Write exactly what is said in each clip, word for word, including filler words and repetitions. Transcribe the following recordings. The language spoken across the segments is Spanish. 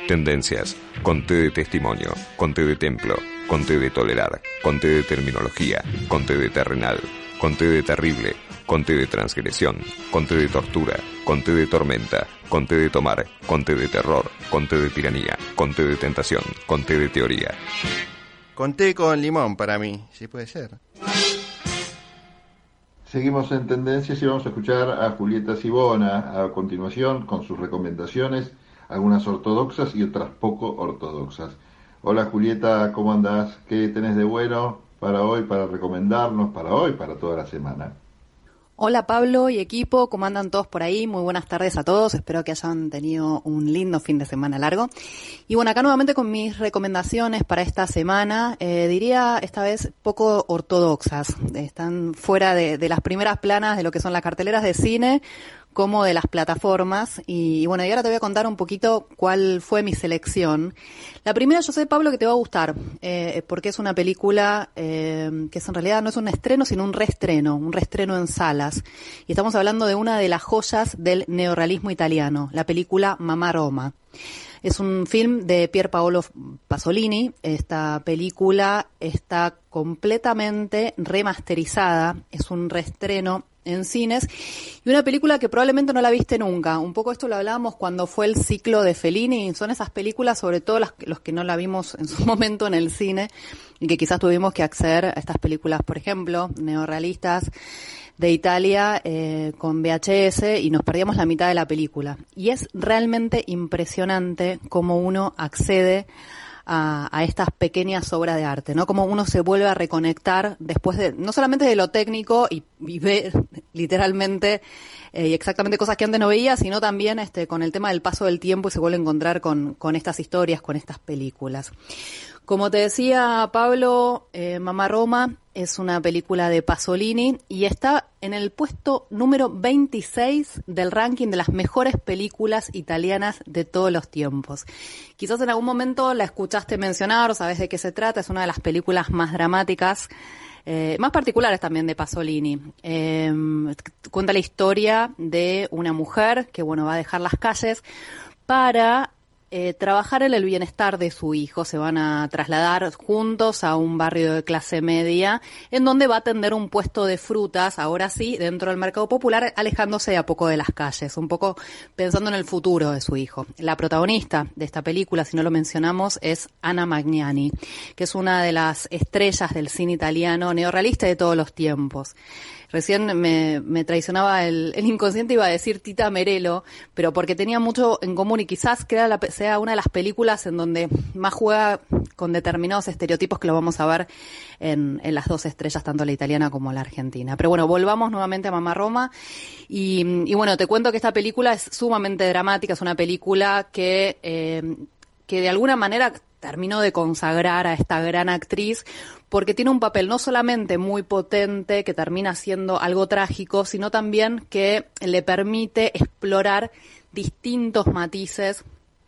Tendencias, con T de testimonio, con T de templo, con T de tolerar, con T de terminología, con T de terrenal, con T de terrible, con T de transgresión, con T de tortura, con T de tormenta, con T de tomar, con T de terror, con T de tiranía, con T de tentación, con T de teoría. Con té con limón para mí, sí puede ser. Seguimos en Tendencias y vamos a escuchar a Julieta Sibona a continuación con sus recomendaciones, algunas ortodoxas y otras poco ortodoxas. Hola Julieta, ¿cómo andás? ¿Qué tenés de bueno para hoy, para recomendarnos, para hoy, para toda la semana? Hola Pablo y equipo, ¿cómo andan todos por ahí? Muy buenas tardes a todos, espero que hayan tenido un lindo fin de semana largo. Y bueno, acá nuevamente con mis recomendaciones para esta semana, eh, diría esta vez poco ortodoxas, están fuera de, de las primeras planas de lo que son las carteleras de cine, como de las plataformas, y, y bueno, y ahora te voy a contar un poquito cuál fue mi selección. La primera yo sé, Pablo, que te va a gustar, eh, porque es una película eh, que es, en realidad no es un estreno, sino un reestreno, un reestreno en salas, y estamos hablando de una de las joyas del neorrealismo italiano, la película Mamma Roma. Es un film de Pier Paolo Pasolini. Esta película está completamente remasterizada, es un reestreno en cines, y una película que probablemente no la viste nunca. Un poco esto lo hablábamos cuando fue el ciclo de Fellini, son esas películas, sobre todo las, los que no la vimos en su momento en el cine, y que quizás tuvimos que acceder a estas películas, por ejemplo, neorrealistas de Italia, eh, con V H S, y nos perdíamos la mitad de la película. Y es realmente impresionante cómo uno accede A, a estas pequeñas obras de arte, ¿no? Como uno se vuelve a reconectar después de, no solamente de lo técnico y, y ve literalmente eh, y exactamente cosas que antes no veía, sino también este con el tema del paso del tiempo, y se vuelve a encontrar con, con estas historias, con estas películas. Como te decía Pablo, eh, Mamma Roma es una película de Pasolini y está en el puesto número veintiséis del ranking de las mejores películas italianas de todos los tiempos. Quizás en algún momento la escuchaste mencionar o sabes de qué se trata. Es una de las películas más dramáticas, eh, más particulares también de Pasolini. Eh, cuenta la historia de una mujer que, bueno, va a dejar las calles para Eh, trabajar en el bienestar de su hijo. Se van a trasladar juntos a un barrio de clase media, en donde va a atender un puesto de frutas, ahora sí, dentro del mercado popular, alejándose de a poco de las calles, un poco pensando en el futuro de su hijo. La protagonista de esta película, si no lo mencionamos, es Anna Magnani, que es una de las estrellas del cine italiano neorrealista de todos los tiempos. Recién me, me traicionaba el, el inconsciente, iba a decir Tita Merello, pero porque tenía mucho en común, y quizás que la, sea una de las películas en donde más juega con determinados estereotipos que lo vamos a ver en, en las dos estrellas, tanto la italiana como la argentina. Pero bueno, volvamos nuevamente a Mamma Roma, y, y bueno, te cuento que esta película es sumamente dramática, es una película que, eh, que de alguna manera terminó de consagrar a esta gran actriz, porque tiene un papel no solamente muy potente, que termina siendo algo trágico, sino también que le permite explorar distintos matices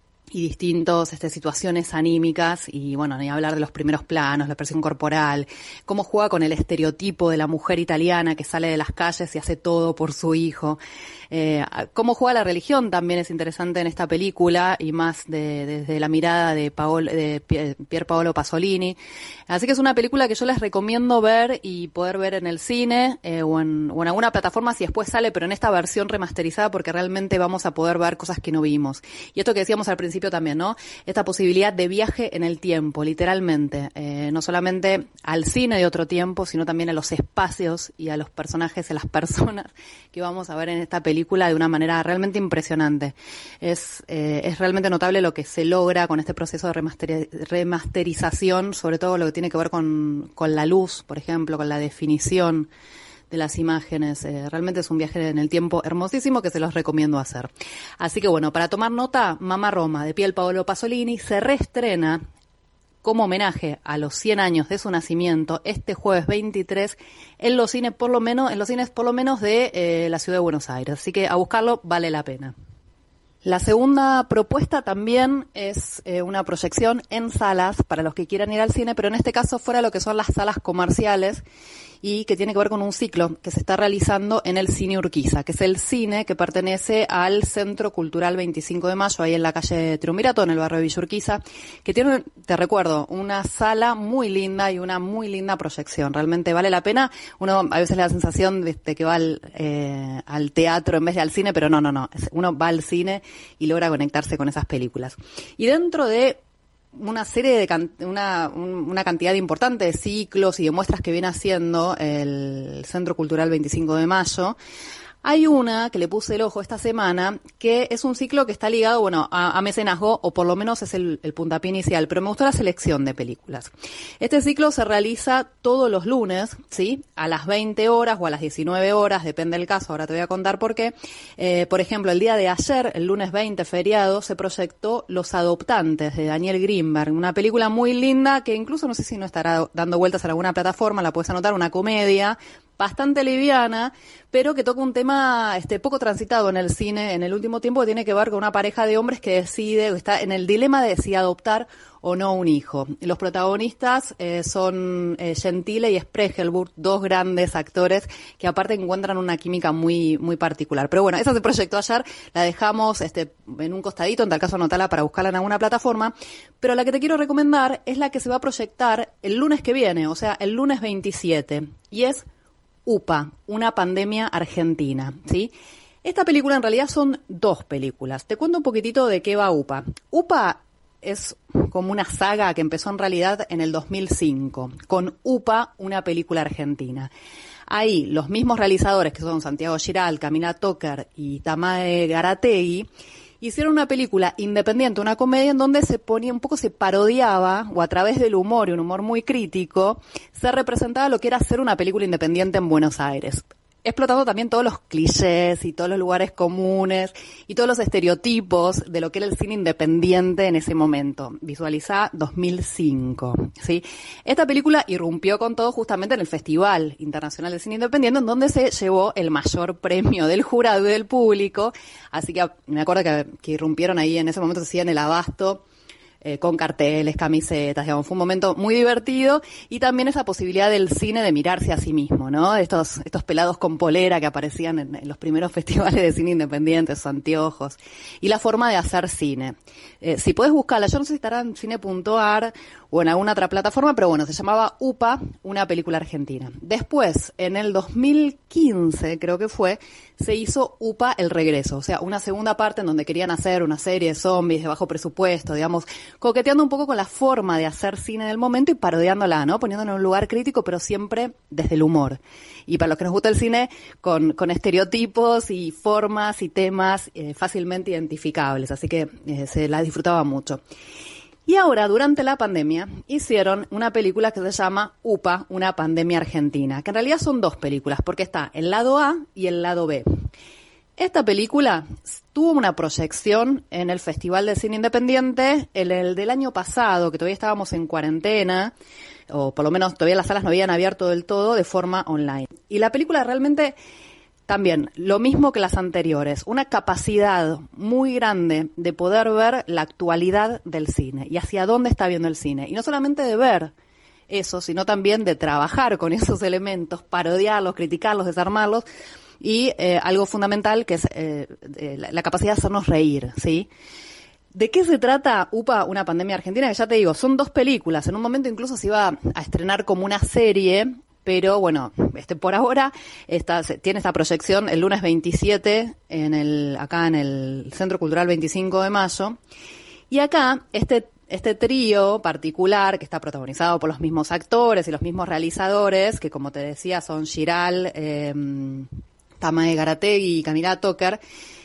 y distintas este, situaciones anímicas, y bueno, ni hablar de los primeros planos, la expresión corporal, cómo juega con el estereotipo de la mujer italiana que sale de las calles y hace todo por su hijo. Eh, cómo juega la religión también es interesante en esta película, y más de, desde la mirada de, Paolo, de Pier Paolo Pasolini. Así que es una película que yo les recomiendo ver y poder ver en el cine eh, o, en, o en alguna plataforma si después sale, pero en esta versión remasterizada, porque realmente vamos a poder ver cosas que no vimos. Y esto que decíamos al principio también, ¿no? Esta posibilidad de viaje en el tiempo, literalmente, eh, no solamente al cine de otro tiempo, sino también a los espacios y a los personajes, a las personas que vamos a ver en esta película de una manera realmente impresionante. Es, eh, es realmente notable lo que se logra con este proceso de remasteri- remasterización, sobre todo lo que tiene que ver con, con la luz, por ejemplo, con la definición de las imágenes. Eh, realmente es un viaje en el tiempo hermosísimo que se los recomiendo hacer. Así que bueno, para tomar nota, Mamma Roma de Pier Paolo Pasolini se reestrena como homenaje a los cien años de su nacimiento este jueves veintitrés en los cines por lo menos en los cines por lo menos de eh, la ciudad de Buenos Aires. Así que a buscarlo, vale la pena. La segunda propuesta también es eh, una proyección en salas para los que quieran ir al cine, pero en este caso fuera de lo que son las salas comerciales y que tiene que ver con un ciclo que se está realizando en el Cine Urquiza, que es el cine que pertenece al Centro Cultural veinticinco de mayo, ahí en la calle Triunvirato, en el barrio de Villa Urquiza, que tiene, te recuerdo, una sala muy linda y una muy linda proyección. Realmente vale la pena. Uno a veces le da la sensación de, de que va al, eh, al teatro en vez de al cine, pero no, no, no. Uno va al cine y logra conectarse con esas películas. Y dentro de una serie de can- una, un, una cantidad importante de ciclos y de muestras que viene haciendo el Centro Cultural veinticinco de mayo, hay una que le puse el ojo esta semana, que es un ciclo que está ligado, bueno, a, a mecenazgo, o por lo menos es el, el puntapié inicial, pero me gustó la selección de películas. Este ciclo se realiza todos los lunes, ¿sí? A las veinte horas o a las diecinueve horas, depende del caso, ahora te voy a contar por qué. Eh, por ejemplo, el día de ayer, el lunes veinte, feriado, se proyectó Los Adoptantes, de Daniel Greenberg, una película muy linda que incluso no sé si no estará dando vueltas a alguna plataforma, la puedes anotar, una comedia bastante liviana, pero que toca un tema este poco transitado en el cine en el último tiempo, que tiene que ver con una pareja de hombres que decide, que está en el dilema de si adoptar o no un hijo. Los protagonistas eh, son eh, Gentile y Spregelburg, dos grandes actores que aparte encuentran una química muy muy particular. Pero bueno, esa se proyectó ayer, la dejamos este en un costadito, en tal caso anotala para buscarla en alguna plataforma, pero la que te quiero recomendar es la que se va a proyectar el lunes que viene, o sea, el lunes veintisiete, y es UPA, una pandemia argentina, ¿sí? Esta película en realidad son dos películas. Te cuento un poquitito de qué va UPA. UPA es como una saga que empezó en realidad en el dos mil cinco, con UPA, una película argentina. Ahí los mismos realizadores, que son Santiago Giral, Camila Toker y Tamae Garategui, hicieron una película independiente, una comedia en donde se ponía un poco, se parodiaba, o a través del humor, y un humor muy crítico, se representaba lo que era hacer una película independiente en Buenos Aires. Explotando también todos los clichés y todos los lugares comunes y todos los estereotipos de lo que era el cine independiente en ese momento. Visualizá dos mil cinco, ¿sí? Esta película irrumpió con todo justamente en el Festival Internacional de Cine Independiente, en donde se llevó el mayor premio del jurado y del público. Así que me acuerdo que, que irrumpieron ahí, en ese momento se hacían el abasto, Eh, con carteles, camisetas, digamos, fue un momento muy divertido, y también esa posibilidad del cine de mirarse a sí mismo, ¿no? Estos, estos pelados con polera que aparecían en, en los primeros festivales de cine independiente, sus anteojos, y la forma de hacer cine. Eh, si podés buscarla, yo no sé si estará en cine punto a r o en alguna otra plataforma, pero bueno, se llamaba UPA, una película argentina. Después, en el dos mil quince, creo que fue, se hizo UPA El Regreso, o sea, una segunda parte en donde querían hacer una serie de zombies de bajo presupuesto, digamos, coqueteando un poco con la forma de hacer cine del momento y parodiándola, ¿no? Poniéndola en un lugar crítico, pero siempre desde el humor. Y para los que nos gusta el cine, con, con estereotipos y formas y temas eh, fácilmente identificables, así que eh, se la disfrutaba mucho. Y ahora, durante la pandemia, hicieron una película que se llama UPA, una pandemia argentina, que en realidad son dos películas, porque está el lado A y el lado B. Esta película tuvo una proyección en el Festival de Cine Independiente, el, el del año pasado, que todavía estábamos en cuarentena, o por lo menos todavía las salas no habían abierto del todo, de forma online. Y la película realmente, también, lo mismo que las anteriores, una capacidad muy grande de poder ver la actualidad del cine y hacia dónde está viendo el cine. Y no solamente de ver eso, sino también de trabajar con esos elementos, parodiarlos, criticarlos, desarmarlos, y eh, algo fundamental que es eh, eh, la, la capacidad de hacernos reír, ¿sí? ¿De qué se trata UPA, una pandemia argentina? Que ya te digo, son dos películas. En un momento incluso se iba a estrenar como una serie, pero bueno, este por ahora está, tiene esta proyección el lunes veintisiete en el acá en el Centro Cultural veinticinco de mayo. Y acá este este trío particular que está protagonizado por los mismos actores y los mismos realizadores, que como te decía son Giral, eh, Tamae Garategui y Camila Toker,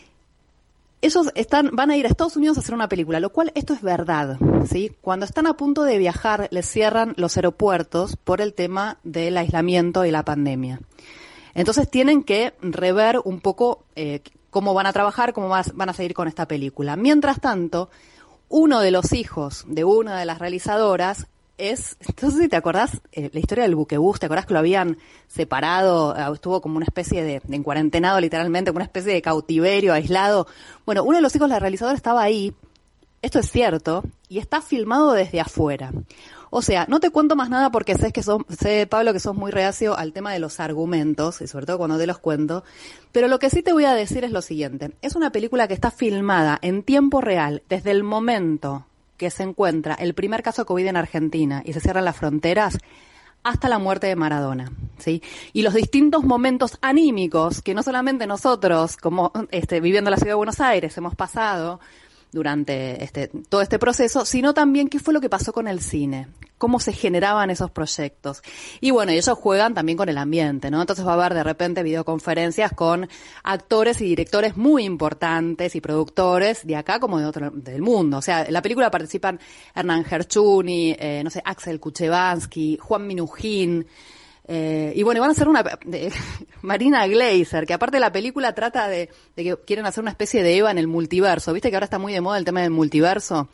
ellos están, van a ir a Estados Unidos a hacer una película, lo cual esto es verdad, ¿sí? Cuando están a punto de viajar, les cierran los aeropuertos por el tema del aislamiento y la pandemia. Entonces tienen que rever un poco eh, cómo van a trabajar, cómo van a seguir con esta película. Mientras tanto, uno de los hijos de una de las realizadoras es, entonces, ¿te acordás eh, la historia del buquebús? ¿Te acordás que lo habían separado? Eh, estuvo como una especie de, de encuarentenado literalmente, como una especie de cautiverio, aislado. Bueno, uno de los hijos del realizador estaba ahí, esto es cierto, y está filmado desde afuera. O sea, no te cuento más nada porque sé que sos, sé, Pablo, que sos muy reacio al tema de los argumentos, y sobre todo cuando te los cuento, pero lo que sí te voy a decir es lo siguiente. Es una película que está filmada en tiempo real, desde el momento que se encuentra el primer caso de COVID en Argentina y se cierran las fronteras, hasta la muerte de Maradona, ¿sí? Y los distintos momentos anímicos que no solamente nosotros, como este, viviendo en la ciudad de Buenos Aires, hemos pasado durante este, todo este proceso, sino también qué fue lo que pasó con el cine, cómo se generaban esos proyectos. Y bueno, ellos juegan también con el ambiente, ¿no? Entonces va a haber de repente videoconferencias con actores y directores muy importantes y productores de acá como de otro del mundo. O sea, en la película participan Hernán Gerchuni, eh, no sé, Axel Kuchevansky, Juan Minujín. Eh, y bueno, van a hacer una de Marina Gleiser, que aparte la película trata de, de que quieren hacer una especie de Eva en el multiverso. ¿Viste que ahora está muy de moda el tema del multiverso?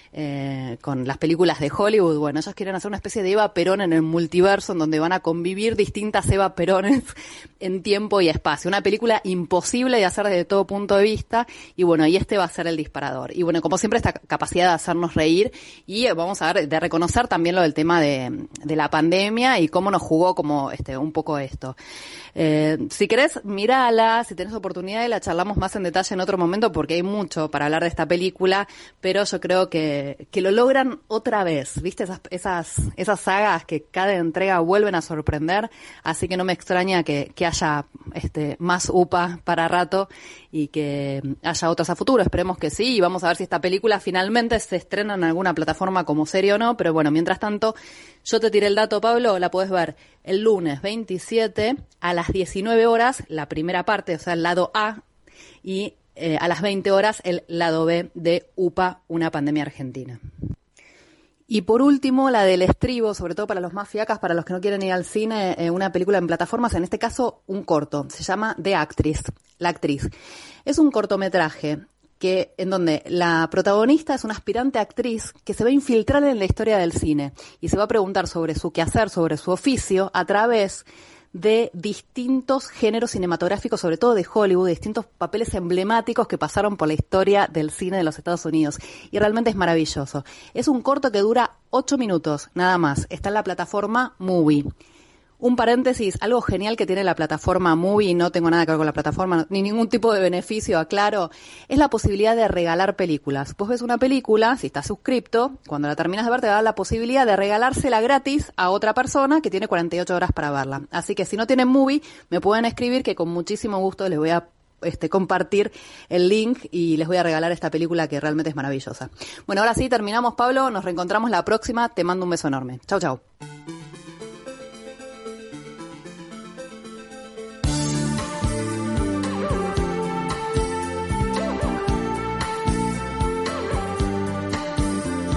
Eh, con las películas de Hollywood. Bueno, ellos quieren hacer una especie de Eva Perón en el multiverso, en donde van a convivir distintas Eva Perones en tiempo y espacio. Una película imposible de hacer desde todo punto de vista, y bueno, y este va a ser el disparador. Y bueno, como siempre, esta capacidad de hacernos reír, y vamos a ver, de reconocer también lo del tema de, de la pandemia y cómo nos jugó como este un poco esto. Eh, si querés, mírala, si tenés oportunidad, y la charlamos más en detalle en otro momento, porque hay mucho para hablar de esta película, pero yo creo que, que lo logran otra vez, ¿viste? Esas, esas, esas sagas que cada entrega vuelven a sorprender, así que no me extraña que, que haya este, más U P A para rato y que haya otras a futuro. Esperemos que sí, y vamos a ver si esta película finalmente se estrena en alguna plataforma como serie o no, pero bueno, mientras tanto, yo te tiré el dato, Pablo, la podés ver el lunes veintisiete a las diecinueve horas, la primera parte, o sea, el lado A, y eh, a las veinte horas el lado B de U P A, una pandemia argentina. Y por último, la del estribo, sobre todo para los más fiacas, para los que no quieren ir al cine, eh, una película en plataformas, en este caso un corto, se llama The Actress, la actriz. Es un cortometraje que en donde la protagonista es una aspirante actriz que se va a infiltrar en la historia del cine y se va a preguntar sobre su quehacer, sobre su oficio, a través de distintos géneros cinematográficos, sobre todo de Hollywood, de distintos papeles emblemáticos que pasaron por la historia del cine de los Estados Unidos. Y realmente es maravilloso. Es un corto que dura ocho minutos, nada más. Está en la plataforma Movie. Un paréntesis, algo genial que tiene la plataforma Movie, no tengo nada que ver con la plataforma, ni ningún tipo de beneficio, aclaro, es la posibilidad de regalar películas. Vos ves una película, si estás suscripto, cuando la terminas de ver te va a dar la posibilidad de regalársela gratis a otra persona que tiene cuarenta y ocho horas para verla. Así que si no tienen Movie, me pueden escribir que con muchísimo gusto les voy a Este, compartir el link y les voy a regalar esta película que realmente es maravillosa. Bueno, ahora sí, terminamos, Pablo, nos reencontramos la próxima, te mando un beso enorme. Chau, chau.